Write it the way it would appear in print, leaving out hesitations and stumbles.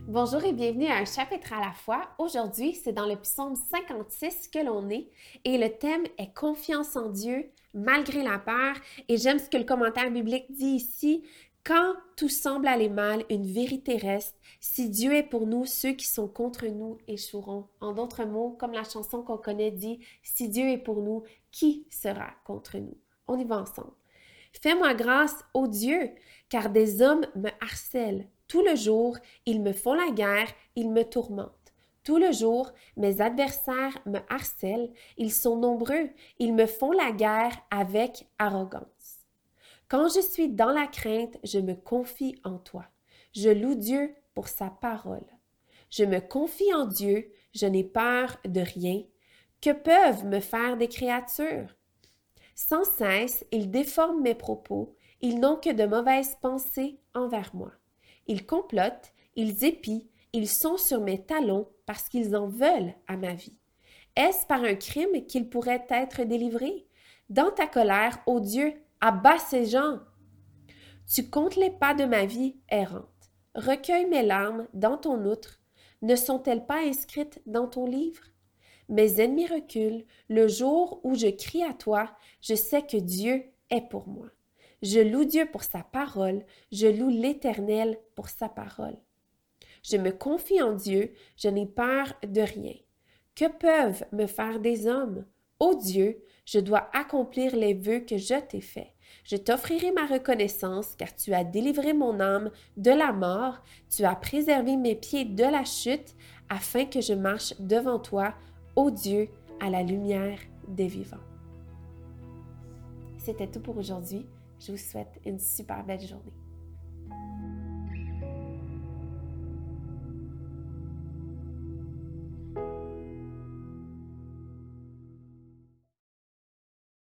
Bonjour et bienvenue à un chapitre à la fois. Aujourd'hui, c'est dans le psaume 56 que l'on est et le thème est confiance en Dieu malgré la peur. Et j'aime ce que le commentaire biblique dit ici. Quand tout semble aller mal, une vérité reste. Si Dieu est pour nous, ceux qui sont contre nous échoueront. En d'autres mots, comme la chanson qu'on connaît dit, si Dieu est pour nous, qui sera contre nous? On y va ensemble. Fais-moi grâce, ô Dieu, car des hommes me harcèlent. Tout le jour, ils me font la guerre, ils me tourmentent. Tout le jour, mes adversaires me harcèlent, ils sont nombreux, ils me font la guerre avec arrogance. Quand je suis dans la crainte, je me confie en toi. Je loue Dieu pour sa parole. Je me confie en Dieu, je n'ai peur de rien. Que peuvent me faire des créatures? Sans cesse, ils déforment mes propos, ils n'ont que de mauvaises pensées envers moi. Ils complotent, ils épient, ils sont sur mes talons parce qu'ils en veulent à ma vie. Est-ce par un crime qu'ils pourraient être délivrés? Dans ta colère, ô Dieu, abat ces gens. Tu comptes les pas de ma vie errante. Recueille mes larmes dans ton outre. Ne sont-elles pas inscrites dans ton livre? Mes ennemis reculent. Le jour où je crie à toi, je sais que Dieu est pour moi. Je loue Dieu pour sa parole. Je loue l'Éternel pour sa parole. Je me confie en Dieu. Je n'ai peur de rien. Que peuvent me faire des hommes? Ô Dieu, je dois accomplir les vœux que je t'ai faits. Je t'offrirai ma reconnaissance car tu as délivré mon âme de la mort. Tu as préservé mes pieds de la chute afin que je marche devant toi, ô Dieu, à la lumière des vivants. C'était tout pour aujourd'hui. Je vous souhaite une super belle journée.